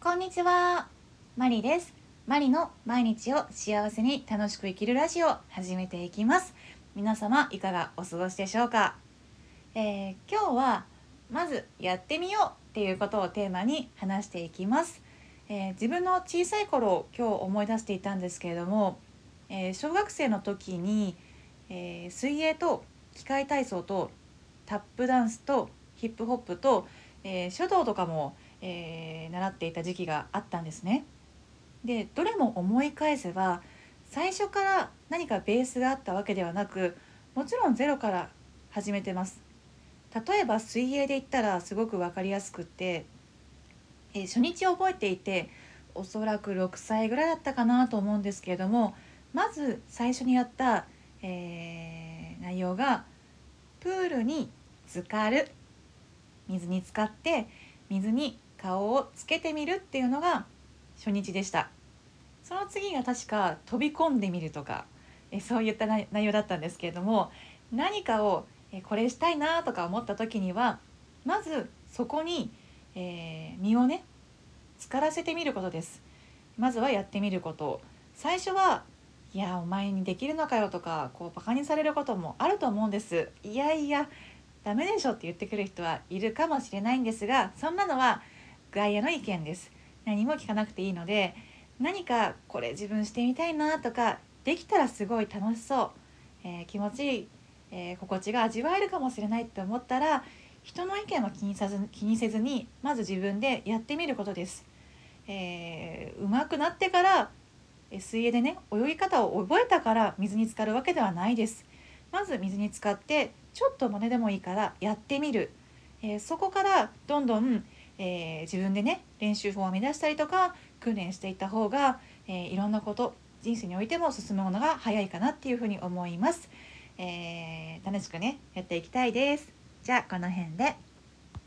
こんにちは、マリです。マリの毎日を幸せに楽しく生きるラジオを始めていきます。皆様いかがお過ごしでしょうか。今日はまずやってみようっていうことをテーマに話していきます。自分の小さい頃を今日思い出していたんですけれども、小学生の時に、水泳と器械体操とタップダンスとヒップホップと、書道とかも、習っていた時期があったんですね。でどれも思い返せば最初から何かベースがあったわけではなく、もちろんゼロから始めてます。例えば水泳で言ったらすごく分かりやすくって、初日を覚えていて、おそらく6歳ぐらいだったかなと思うんですけれども、まず最初にやった、内容がプールに浸かる、水に浸かって水に顔をつけてみるっていうのが初日でした。その次が確か飛び込んでみるとか、そういった内容だったんですけれども、何かをこれしたいなとか思った時には、まずそこに、身をね浸からせてみることです。まずはやってみること。最初はいやお前にできるのかよとかバカにされることもあると思うんです。いやいやダメでしょって言ってくる人はいるかもしれないんですが、そんなのは外野の意見です。何も聞かなくていいので、何かこれ自分してみたいなとか、できたらすごい楽しそう、気持ちいい、心地が味わえるかもしれないって思ったら、人の意見は気にせずにまず自分でやってみることです。上手くなってから水泳でね泳ぎ方を覚えたから水に浸かるわけではないです。まず水に浸かってちょっと真似でもいいからやってみる、そこからどんどん、自分でね練習法を編み出したりとか訓練していった方が、いろんなこと人生においても進むものが早いかなっていうふうに思います。楽しくねやっていきたいです。じゃあこの辺で。